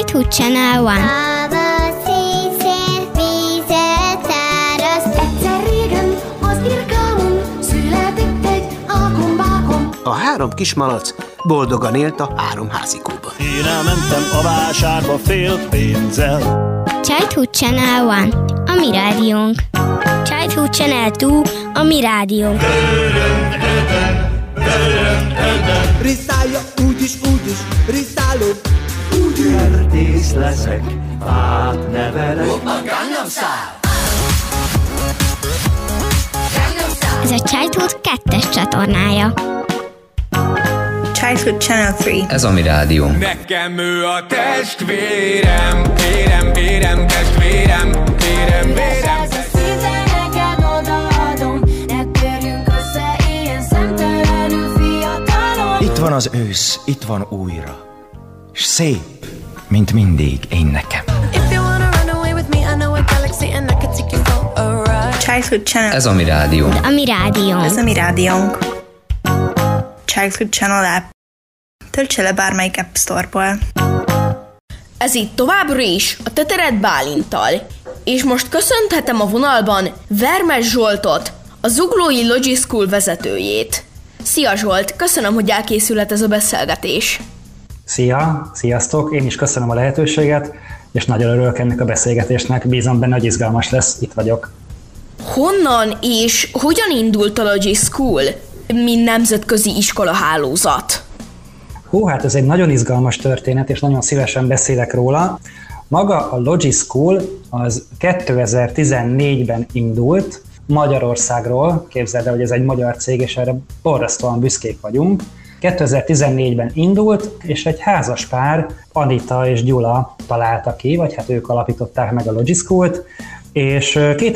Childhood Channel One. A 3 kismalac boldogan élt a 3 házikóban. Én elmentem a vásárba fél pénzzel. Childhood Channel One, a mi rádiónk. Childhood Channel 2, a mi rádiónk. Riszálja úgyis, riszálok. Kertész leszek, fát nevelek. Ez a Childhood 2-es csatornája. Childhood Channel 3. Ez a mi rádió. Nekem ő a testvérem, vérem, testvérem, vérem. Neked odaadom, ne törjünk össze ilyen szemtelenül fiatalon. Itt van az ősz, itt van újra, s szép, mint mindig én nekem. Childhood Channel. Ez a mi rádió. A mi rádiónk. Ez a mi rádiónk. Childhood Channel app. Töltse le bármelyik App Store-ból. Ez itt továbbra is a Tetered Bálinttal. És most köszönhetem a vonalban Vermes Zsoltot, a Zuglói Logic School vezetőjét. Szia Zsolt, köszönöm, hogy elkészülhet ez a beszélgetés. Sziasztok, én is köszönöm a lehetőséget, és nagyon örülök ennek a beszélgetésnek, bízom benne, hogy izgalmas lesz, itt vagyok. Honnan és hogyan indult a Logic School, mint nemzetközi iskolahálózat? Hát ez egy nagyon izgalmas történet, és nagyon szívesen beszélek róla. Maga a Logic School az 2014-ben indult Magyarországról, képzeld el, hogy ez egy magyar cég, és erre borzasztóan büszkék vagyunk. 2014-ben indult, és egy házas pár, Anita és Gyula találta ki, vagy hát ők alapították meg a Logic Schoolt, és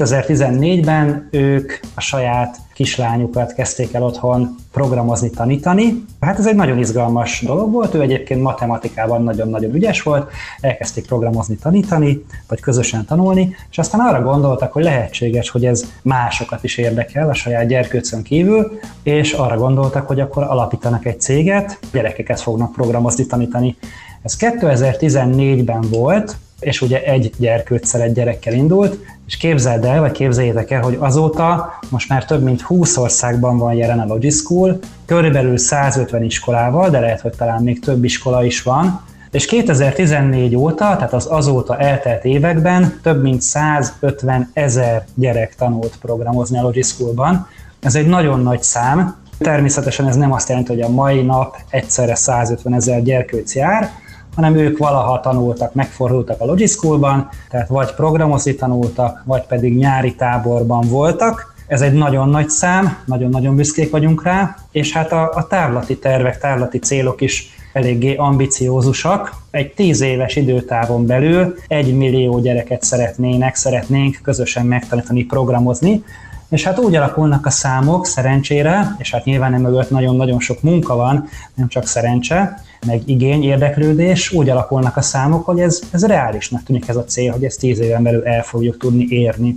2014-ben ők a saját kislányukat kezdték el otthon programozni, tanítani. Hát ez egy nagyon izgalmas dolog volt, ő egyébként matematikában nagyon-nagyon ügyes volt, elkezdték programozni, tanítani, vagy közösen tanulni, és aztán arra gondoltak, hogy lehetséges, hogy ez másokat is érdekel a saját gyerkőcön kívül, és arra gondoltak, hogy akkor alapítanak egy céget, gyerekeket fognak programozni, tanítani. Ez 2014-ben volt, és ugye egy gyerkőccel, egy gyerekkel indult, és képzeld el, vagy képzeljétek el, hogy azóta most már több mint 20 országban van jelen a Logic School, körülbelül 150 iskolával, de lehet, hogy talán még több iskola is van, és 2014 óta, tehát az azóta eltelt években több mint 150 000 gyerek tanult programozni a Logic Schoolban. Ez egy nagyon nagy szám. Természetesen ez nem azt jelenti, hogy a mai nap egyszerre 150 000 gyerkőc jár, hanem ők valaha tanultak, megfordultak a Logic Schoolban, tehát vagy programozni tanultak, vagy pedig nyári táborban voltak. Ez egy nagyon nagy szám, nagyon-nagyon büszkék vagyunk rá, és hát a távlati tervek, távlati célok is eléggé ambiciózusak. Egy 10 éves időtávon belül 1 millió gyereket szeretnénk közösen megtanítani programozni, és hát úgy alakulnak a számok szerencsére, és hát nyilván emögött nagyon-nagyon sok munka van, nem csak szerencse, meg igény, érdeklődés, úgy alakulnak a számok, hogy ez reálisnak tűnik ez a cél, hogy ezt 10 éven belül el fogjuk tudni érni.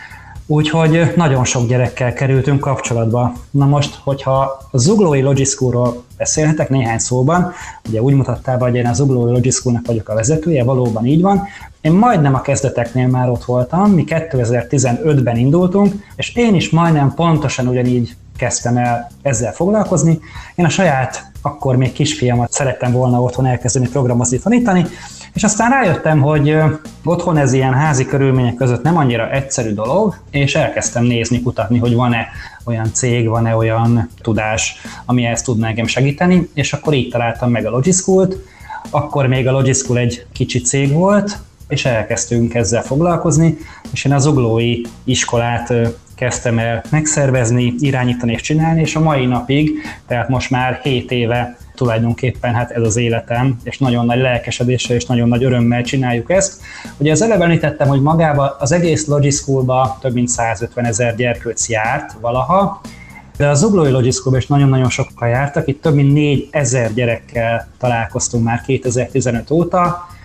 Úgyhogy nagyon sok gyerekkel kerültünk kapcsolatba. Na most, hogyha a Zuglói Logic Schoolról beszélhetek néhány szóban, ugye úgy mutattál be, hogy én a Zuglói Logic Schoolnak vagyok a vezetője, valóban így van. Én majdnem a kezdeteknél már ott voltam, mi 2015-ben indultunk, és én is majdnem pontosan ugyanígy kezdtem el ezzel foglalkozni. Én a saját, akkor még kisfiamat szerettem volna otthon elkezdeni programozni, tanítani, és aztán rájöttem, hogy otthon ez ilyen házi körülmények között nem annyira egyszerű dolog, és elkezdtem nézni, kutatni, hogy van-e olyan cég, van-e olyan tudás, ami ezt tudna engem segíteni, és akkor így találtam meg a Logic Schoolt. Akkor még a Logic School egy kicsi cég volt, és elkezdtünk ezzel foglalkozni, és én a zuglói iskolát kezdtem el megszervezni, irányítani és csinálni, és a mai napig, tehát most már 7 éve tulajdonképpen hát ez az életem, és nagyon nagy lelkesedéssel és nagyon nagy örömmel csináljuk ezt. Ugye az előbb említettem, hogy magában az egész Logic Schoolba több mint 150 000 gyerkőc járt valaha, de a Zuglói Logic Schoolba is nagyon-nagyon sokan jártak, itt több mint 4000 gyerekkel találkoztunk már 2015 óta,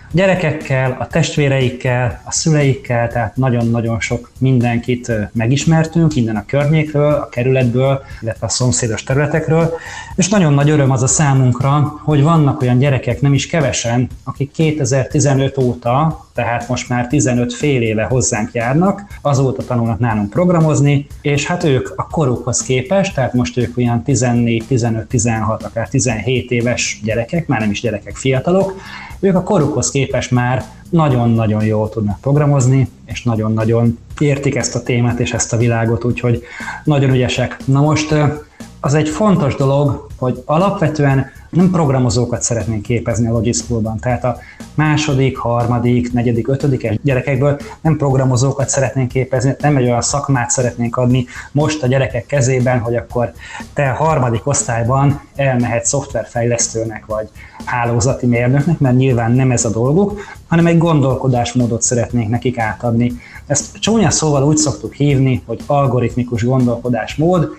gyerekekkel, a testvéreikkel, a szüleikkel, tehát nagyon-nagyon sok mindenkit megismertünk, innen a környékről, a kerületből, illetve a szomszédos területekről, és nagyon nagy öröm az a számunkra, hogy vannak olyan gyerekek, nem is kevesen, akik 2015 óta, tehát most már 15 fél éve hozzánk járnak, azóta tanulnak nálunk programozni, és hát ők a korukhoz képest, tehát most ők olyan 14, 15, 16, akár 17 éves gyerekek, már nem is gyerekek, fiatalok, ők a korukhoz képest már nagyon-nagyon jól tudnak programozni, és nagyon-nagyon értik ezt a témát és ezt a világot, úgyhogy nagyon ügyesek. Na most az egy fontos dolog, hogy alapvetően nem programozókat szeretnénk képezni a Logischoolban, tehát a második, harmadik, negyedik, ötödikes gyerekekből nem programozókat szeretnénk képezni, nem egy olyan szakmát szeretnénk adni most a gyerekek kezében, hogy akkor te a harmadik osztályban elmehetsz szoftverfejlesztőnek vagy hálózati mérnöknek, mert nyilván nem ez a dolguk, hanem egy gondolkodásmódot szeretnénk nekik átadni. Ezt csúnya szóval úgy szoktuk hívni, hogy algoritmikus gondolkodásmód,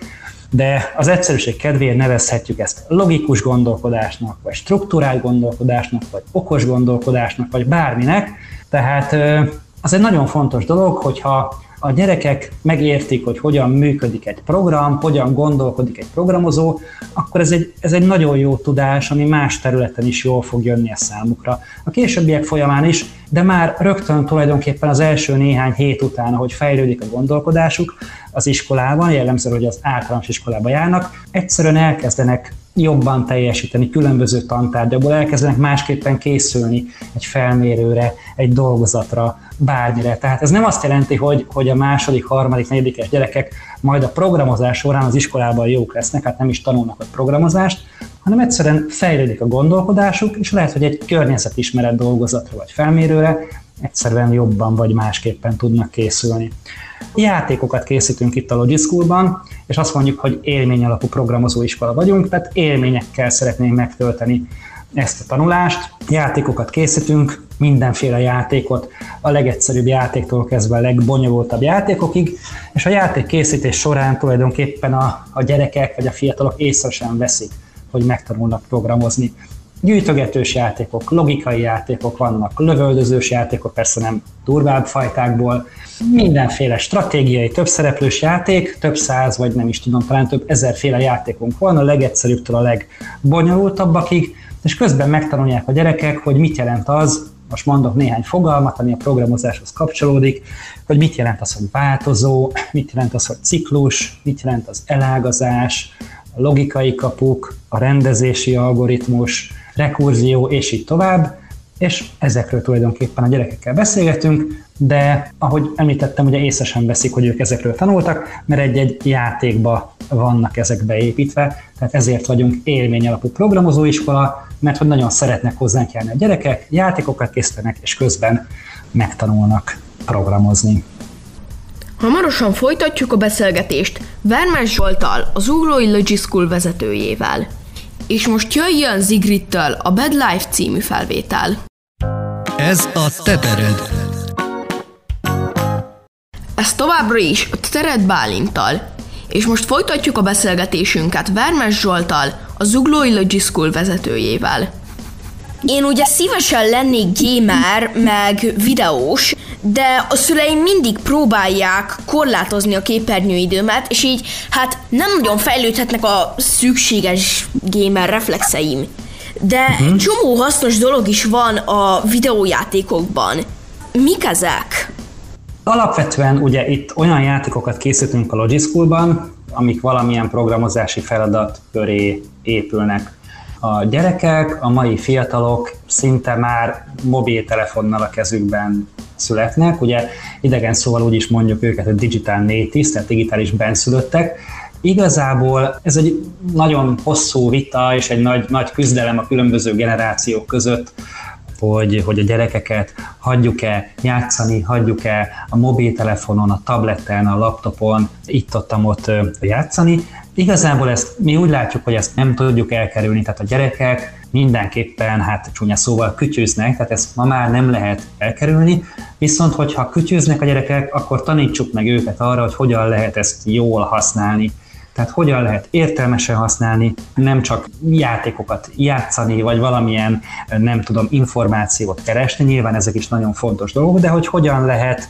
de az egyszerűség kedvéért nevezhetjük ezt logikus gondolkodásnak, vagy strukturált gondolkodásnak, vagy okos gondolkodásnak, vagy bárminek. Tehát az egy nagyon fontos dolog, hogyha a gyerekek megértik, hogy hogyan működik egy program, hogyan gondolkodik egy programozó, akkor ez egy nagyon jó tudás, ami más területen is jól fog jönni a számukra. A későbbiek folyamán is, de már rögtön tulajdonképpen az első néhány hét után, ahogy fejlődik a gondolkodásuk az iskolában, jellemző, hogy az általános iskolába járnak, egyszerűen elkezdenek jobban teljesíteni, különböző tantárgyakból elkezdenek másképpen készülni egy felmérőre, egy dolgozatra, bármire. Tehát ez nem azt jelenti, hogy a második, harmadik, negyedikes gyerekek majd a programozás során az iskolában jók lesznek, hát nem is tanulnak a programozást, hanem egyszerűen fejlődik a gondolkodásuk, és lehet, hogy egy környezetismeret dolgozatra vagy felmérőre egyszerűen jobban vagy másképpen tudnak készülni. Játékokat készítünk itt a Logischoolban, és azt mondjuk, hogy élményalapú programozóiskola vagyunk, tehát élményekkel szeretnénk megtölteni ezt a tanulást. Játékokat készítünk, mindenféle játékot, a legegyszerűbb játéktól kezdve a legbonyolultabb játékokig, és a játékkészítés során tulajdonképpen a gyerekek vagy a fiatalok észre sem veszik, hogy megtanulnak programozni. Gyűjtögetős játékok, logikai játékok vannak, lövöldözős játékok, persze nem durvább fajtákból, mindenféle stratégiai, többszereplős játék, több száz, vagy nem is tudom, talán több ezerféle játékunk van, a legegyszerűbbtől a legbonyolultabbakig, és közben megtanulják a gyerekek, hogy mit jelent az, most mondok néhány fogalmat, ami a programozáshoz kapcsolódik, hogy mit jelent az, hogy változó, mit jelent az, hogy ciklus, mit jelent az elágazás, a logikai kapuk, a rendezési algoritmus, rekurzió, és így tovább, és ezekről tulajdonképpen a gyerekekkel beszélgetünk, de ahogy említettem, ugye észre sem veszik, hogy ők ezekről tanultak, mert egy-egy játékba vannak ezek beépítve, tehát ezért vagyunk élményalapú programozóiskola, mert hogy nagyon szeretnek hozzánk járni a gyerekek, játékokat készítenek, és közben megtanulnak programozni. Hamarosan folytatjuk a beszélgetést Vermes Zsolttal, az Zuglói Logischool vezetőjével. És most jöjjön Zigrittől a Bad Life című felvétel. Ez a te tered. Ez továbbra is a Tetered Bálinttal. És most folytatjuk a beszélgetésünket Vermes Zsolttal, a Zuglói Logischool vezetőjével. Én ugye szívesen lennék gamer, meg videós, de a szüleim mindig próbálják korlátozni a képernyőidőmet, és így hát nem nagyon fejlődhetnek a szükséges gamer reflexeim. De csomó hasznos dolog is van a videójátékokban. Mik ezek? Alapvetően ugye itt olyan játékokat készítünk a Logischoolban, amik valamilyen programozási feladat köré épülnek. A gyerekek, a mai fiatalok szinte már mobiltelefonnal a kezükben születnek, ugye idegen szóval úgy is mondjuk őket, hogy digital natives, tehát digitális benszülöttek. Igazából ez egy nagyon hosszú vita és egy nagy küzdelem a különböző generációk között, hogy a gyerekeket hagyjuk-e játszani, hagyjuk-e a mobiltelefonon, a tableten, a laptopon, itt-ott játszani. Igazából mi úgy látjuk, hogy ezt nem tudjuk elkerülni, tehát a gyerekek mindenképpen, hát csúnya szóval kütyűznek, tehát ezt ma már nem lehet elkerülni, viszont hogyha kütyűznek a gyerekek, akkor tanítsuk meg őket arra, hogy hogyan lehet ezt jól használni. Tehát hogyan lehet értelmesen használni, nem csak játékokat játszani, vagy valamilyen, nem tudom, információt keresni, nyilván ezek is nagyon fontos dolgok, de hogy hogyan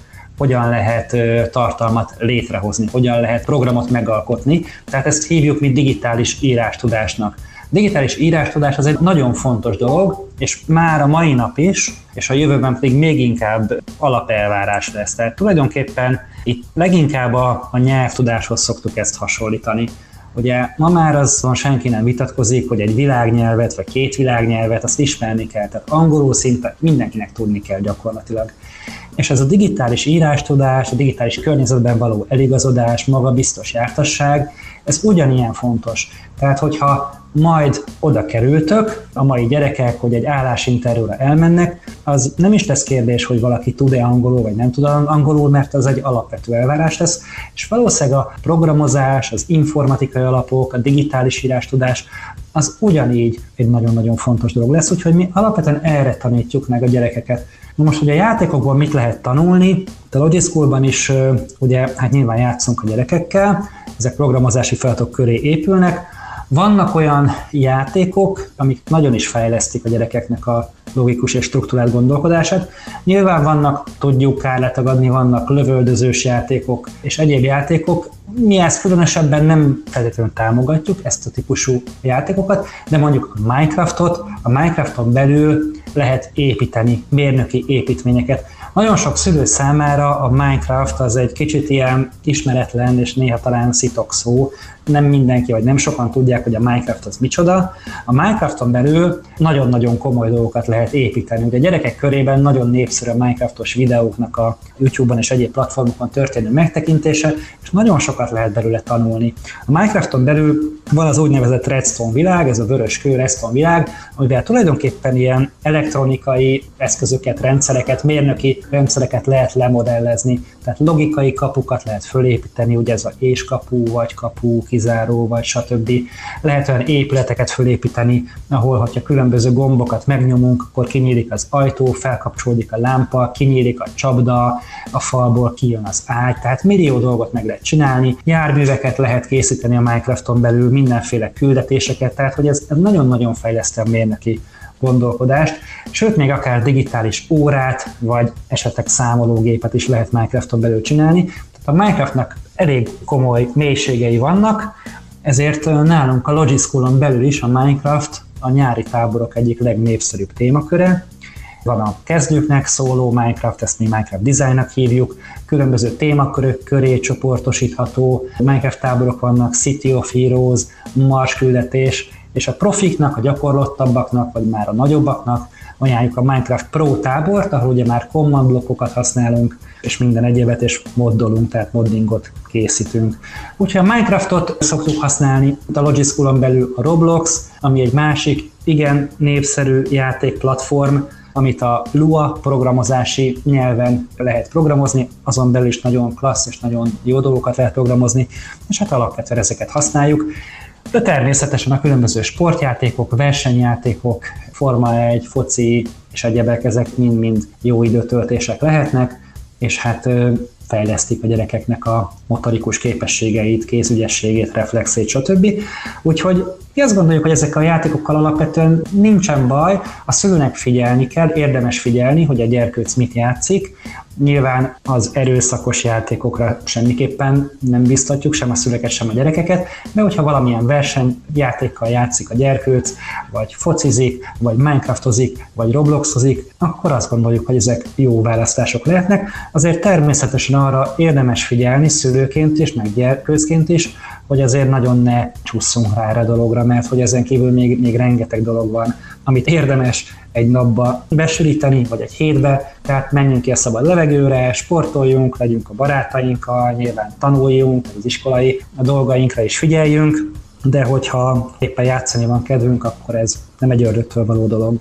lehet tartalmat létrehozni, hogyan lehet programot megalkotni. Tehát ezt hívjuk mi digitális írástudásnak. Digitális írástudás az egy nagyon fontos dolog, és már a mai nap is, és a jövőben pedig még inkább alapelvárás lesz. Tehát tulajdonképpen itt leginkább a nyelvtudáshoz szoktuk ezt hasonlítani. Ugye ma már azon senki nem vitatkozik, hogy egy világnyelvet vagy 2 világnyelvet azt ismerni kell, tehát angolul szinte mindenkinek tudni kell gyakorlatilag. És ez a digitális írástudás, a digitális környezetben való eligazodás, magabiztos jártasság, ez ugyanilyen fontos. Tehát, hogyha majd oda kerültök, a mai gyerekek, hogy egy állásinterjúra elmennek, az nem is lesz kérdés, hogy valaki tud-e angolul, vagy nem tud angolul, mert az egy alapvető elvárás lesz, és valószínűleg a programozás, az informatikai alapok, a digitális írástudás, az ugyanígy egy nagyon-nagyon fontos dolog lesz, úgyhogy mi alapvetően erre tanítjuk meg a gyerekeket. Most ugye a játékokból mit lehet tanulni? A Logic Schoolban is ugye hát nyilván játszunk a gyerekekkel, ezek programozási feladatok köré épülnek. Vannak olyan játékok, amik nagyon is fejlesztik a gyerekeknek a logikus és strukturált gondolkodását. Nyilván vannak, tudjuk kár letagadni, vannak lövöldözős játékok és egyéb játékok. Mi ezt különösebben nem feltétlenül támogatjuk, ezt a típusú játékokat, de mondjuk a Minecrafton belül lehet építeni mérnöki építményeket. Nagyon sok szülő számára a Minecraft az egy kicsit ilyen ismeretlen és néha talán szitok szó. Nem mindenki, vagy nem sokan tudják, hogy a Minecraft az micsoda. A Minecrafton belül nagyon-nagyon komoly dolgokat lehet építeni. Ugye a gyerekek körében nagyon népszerű a Minecraftos videóknak a YouTube-on és egyéb platformokon történő megtekintése, és nagyon sokat lehet belőle tanulni. A Minecrafton belül van az úgynevezett redstone világ, ez a vöröskő redstone világ, amivel tulajdonképpen ilyen elektronikai eszközöket, rendszereket, mérnöki rendszereket lehet lemodellezni, tehát logikai kapukat lehet fölépíteni, ugye ez a és-kapu, vagy kapu, kizáró, vagy stb. Lehet olyan épületeket fölépíteni, ahol, hogyha különböző gombokat megnyomunk, akkor kinyílik az ajtó, felkapcsolódik a lámpa, kinyílik a csapda, a falból kijön az ágy, tehát millió dolgot meg lehet csinálni, járműveket lehet készíteni a Minecrafton belül, mindenféle küldetéseket, tehát hogy ez nagyon-nagyon fejleszti a mérnöki gondolkodást, sőt még akár digitális órát, vagy esetleg számológépet is lehet Minecrafton belül csinálni. Tehát a Minecraftnak elég komoly mélységei vannak, ezért nálunk a Logic Schoolon belül is a Minecraft a nyári táborok egyik legnépszerűbb témaköre. Van a kezdőknek szóló Minecraft, ezt mi Minecraft Designnak hívjuk, különböző témakörök köré csoportosítható Minecraft táborok vannak, City of Heroes, Mars küldetés, és a profiknak, a gyakorlottabbaknak, vagy már a nagyobbaknak ajánljuk a Minecraft Pro tábort, ahol ugye már command blokkokat használunk, és minden egyébet, és moddolunk, tehát moddingot készítünk. Úgyhogy a Minecraftot szoktuk használni, a Logic Schoolon belül a Roblox, ami egy másik igen népszerű játékplatform, amit a Lua programozási nyelven lehet programozni, azon belül is nagyon klassz és nagyon jó dolgokat lehet programozni, és hát alapvetően ezeket használjuk. De természetesen a különböző sportjátékok, versenyjátékok, Forma 1, foci és egyebek, ezek mind-mind jó időtöltések lehetnek, és hát fejlesztik a gyerekeknek a motorikus képességeit, kézügyességét, reflexét, stb. Úgyhogy mi azt gondoljuk, hogy ezekkel a játékokkal alapvetően nincsen baj, a szülőnek figyelni kell, érdemes figyelni, hogy a gyerkőc mit játszik. Nyilván az erőszakos játékokra semmiképpen nem biztatjuk sem a szülőket, sem a gyerekeket, de hogyha valamilyen versenyjátékkal játszik a gyerkőc, vagy focizik, vagy Minecraftozik, vagy Robloxozik, akkor azt gondoljuk, hogy ezek jó választások lehetnek. Azért természetesen arra érdemes figyelni szülőként is, meg gyerkőcként is, hogy azért nagyon ne csúszunk rá erre a dologra, mert hogy ezen kívül még rengeteg dolog van, amit érdemes egy napba besűríteni, vagy egy hétbe, tehát menjünk ki a szabad levegőre, sportoljunk, legyünk a barátainkkal, nyilván tanuljunk, az iskolai dolgainkra is figyeljünk, de hogyha éppen játszani van kedvünk, akkor ez nem egy ördögtől való dolog.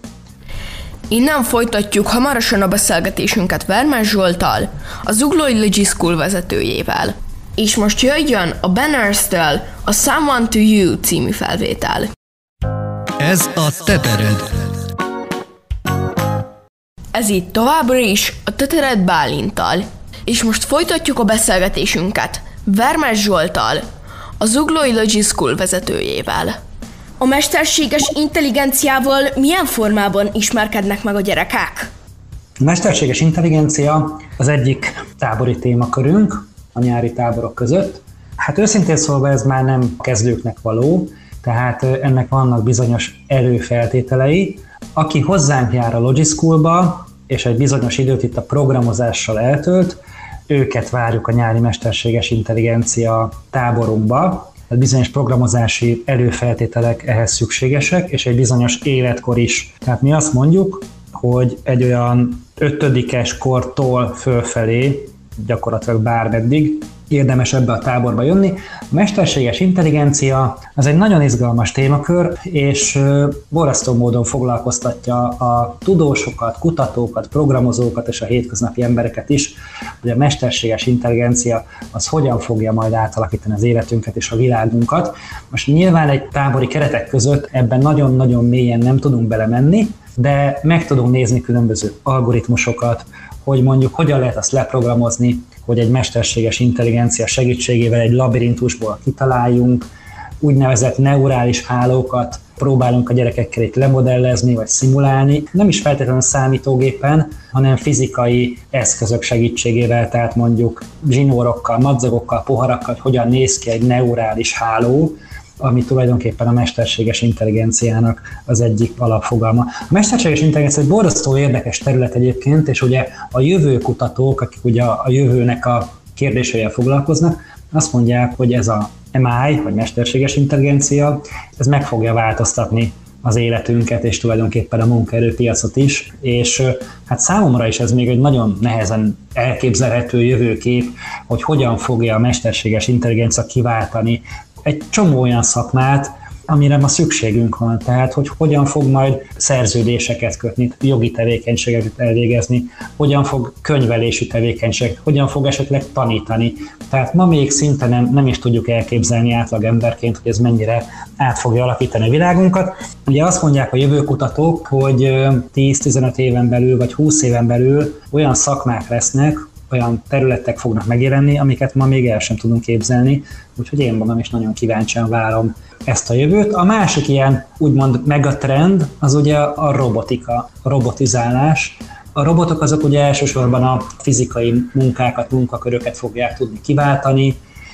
Innen folytatjuk hamarosan a beszélgetésünket Vermes Zsolttal, a Zuglói Logic School vezetőjével. És most jöjjön a Banners-től a Someone to You című felvétel. Ez a Te tered. Ez itt továbbra is a Te tered Bálinttal. És most folytatjuk a beszélgetésünket Vermes Zsolttal, a Zuglói Logic School vezetőjével. A mesterséges intelligenciával milyen formában ismerkednek meg a gyerekek? A mesterséges intelligencia az egyik tábori témakörünk a nyári táborok között. Hát őszintén szólva ez már nem kezdőknek való, tehát ennek vannak bizonyos előfeltételei. Aki hozzánk jár a Logic Schoolba, és egy bizonyos időt itt a programozással eltölt, őket várjuk a nyári mesterséges intelligencia táborunkba. Bizonyos programozási előfeltételek ehhez szükségesek, és egy bizonyos életkor is. Tehát mi azt mondjuk, hogy egy olyan 5-es kortól fölfelé, gyakorlatilag bármeddig érdemes ebbe a táborba jönni. A mesterséges intelligencia az egy nagyon izgalmas témakör, és borzasztó módon foglalkoztatja a tudósokat, kutatókat, programozókat és a hétköznapi embereket is, hogy a mesterséges intelligencia az hogyan fogja majd átalakítani az életünket és a világunkat. Most nyilván egy tábori keretek között ebben nagyon-nagyon mélyen nem tudunk belemenni, de meg tudunk nézni különböző algoritmusokat, hogy mondjuk hogyan lehet azt leprogramozni, hogy egy mesterséges intelligencia segítségével egy labirintusból kitaláljunk, úgynevezett neurális hálókat próbálunk a gyerekekkel itt lemodellezni vagy szimulálni, nem is feltétlenül számítógépen, hanem fizikai eszközök segítségével, tehát mondjuk zsinórokkal, madzagokkal, poharakkal, hogy hogyan néz ki egy neurális háló, ami tulajdonképpen a mesterséges intelligenciának az egyik alapfogalma. A mesterséges intelligencia egy borzasztó érdekes terület egyébként, és ugye a jövőkutatók, akik ugye a jövőnek a kérdéseivel foglalkoznak, azt mondják, hogy ez a MI, vagy mesterséges intelligencia, ez meg fogja változtatni az életünket, és tulajdonképpen a munkaerőpiacot is, és hát számomra is ez még egy nagyon nehezen elképzelhető jövőkép, hogy hogyan fogja a mesterséges intelligencia kiváltani egy csomó olyan szakmát, amire ma szükségünk van, tehát hogy hogyan fog majd szerződéseket kötni, jogi tevékenységeket elvégezni, hogyan fog könyvelési tevékenységet, hogyan fog esetleg tanítani. Tehát ma még szinte nem is tudjuk elképzelni átlagemberként, hogy ez mennyire át fogja alakítani a világunkat. Ugye azt mondják a jövőkutatók, hogy 10-15 éven belül vagy 20 éven belül olyan szakmák lesznek, olyan területek fognak megjelenni, amiket ma még el sem tudunk képzelni, úgyhogy én magam is nagyon kíváncsian várom ezt a jövőt. A másik ilyen úgymond megatrend az ugye a robotika, a robotizálás. A robotok azok ugye elsősorban a fizikai munkákat, munkaköröket fogják tudni kiváltani,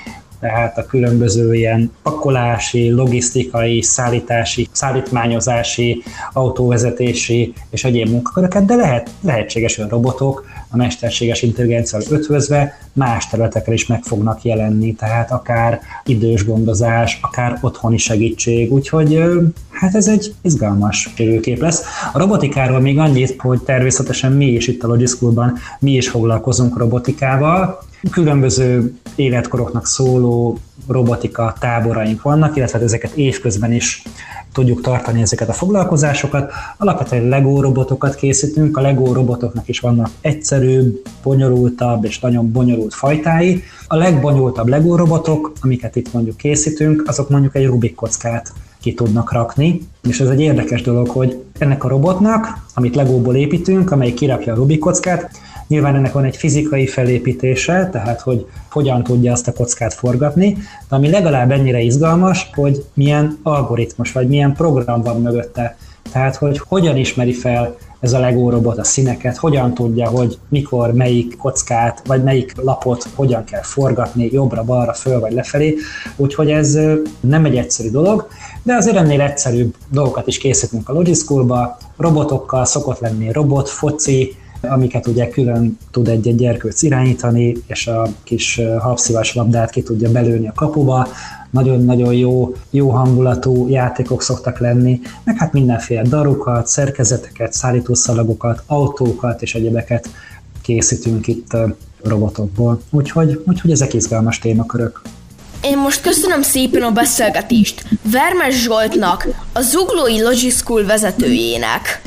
tehát a különböző ilyen pakolási, logisztikai, szállítási, szállítmányozási, autóvezetési és egyéb munkaköröket, de lehetséges olyan robotok a mesterséges intelligenciával ötvözve más területekre is meg fognak jelenni, tehát akár idős gondozás, akár otthoni segítség, úgyhogy hát ez egy izgalmas jövőkép lesz. A robotikáról még annyit, hogy természetesen mi is itt a Logic Schoolban, mi is foglalkozunk robotikával, különböző életkoroknak szóló robotika táboraink vannak, illetve ezeket évközben is tudjuk tartani ezeket a foglalkozásokat. Alapvetően Lego robotokat készítünk, a Lego robotoknak is vannak egyszerűbb, bonyolultabb és nagyon bonyolult fajtái. A legbonyolultabb Lego robotok, amiket itt mondjuk készítünk, azok mondjuk egy Rubik kockát ki tudnak rakni, és ez egy érdekes dolog, hogy ennek a robotnak, amit Legóból építünk, amely kirakja a Rubik kockát, nyilván ennek van egy fizikai felépítése, tehát hogy hogyan tudja azt a kockát forgatni, de ami legalább ennyire izgalmas, hogy milyen algoritmus vagy milyen program van mögötte. Tehát, hogy hogyan ismeri fel ez a Lego robot a színeket, hogyan tudja, hogy mikor melyik kockát, vagy melyik lapot hogyan kell forgatni, jobbra, balra, föl vagy lefelé. Úgyhogy ez nem egy egyszerű dolog, de azért ennél egyszerűbb dolgokat is készítünk a Logic Schoolba. Robotokkal szokott lenni robot, foci, amiket ugye külön tud egy gyerkőc irányítani, és a kis habszívás labdát ki tudja belőni a kapuba. Nagyon-nagyon jó hangulatú játékok szoktak lenni, meg hát mindenféle darukat, szerkezeteket, szállítószalagokat, autókat és egyebeket készítünk itt robotokból. Úgyhogy ezek izgalmas témakörök. Én most köszönöm szépen a beszélgetést Vermes Zsoltnak, a Zuglói Logic School vezetőjének.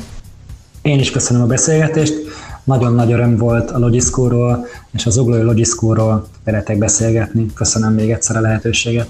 Én is köszönöm a beszélgetést, nagyon nagy öröm volt a Logic Schoolról és a Zuglói Logic Schoolról veletek beszélgetni. Köszönöm még egyszer a lehetőséget.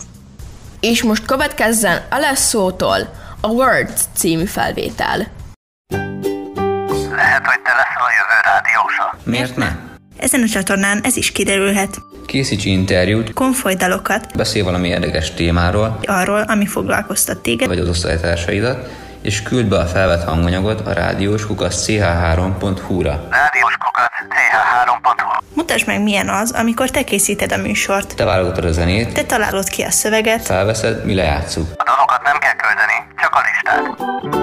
És most következzen Alesszótól a Words című felvétel. Lehet, hogy te leszel a jövő rádiósa? Miért ne? Ezen a csatornán ez is kiderülhet. Készíts interjút, Konfolj dalokat, beszélj valami érdekes témáról, arról, ami foglalkoztat téged, vagy az osztálytársaidat, és küld be a felvett hanganyagot a rádiós@ch3.hu-ra. rádiós@ch3.hu. Mutasd meg, milyen az, amikor te készíted a műsort. Te válogatod a zenét, Te találod ki a szöveget, felveszed, mi lejátszuk. a dalokat nem kell küldeni, csak a listát.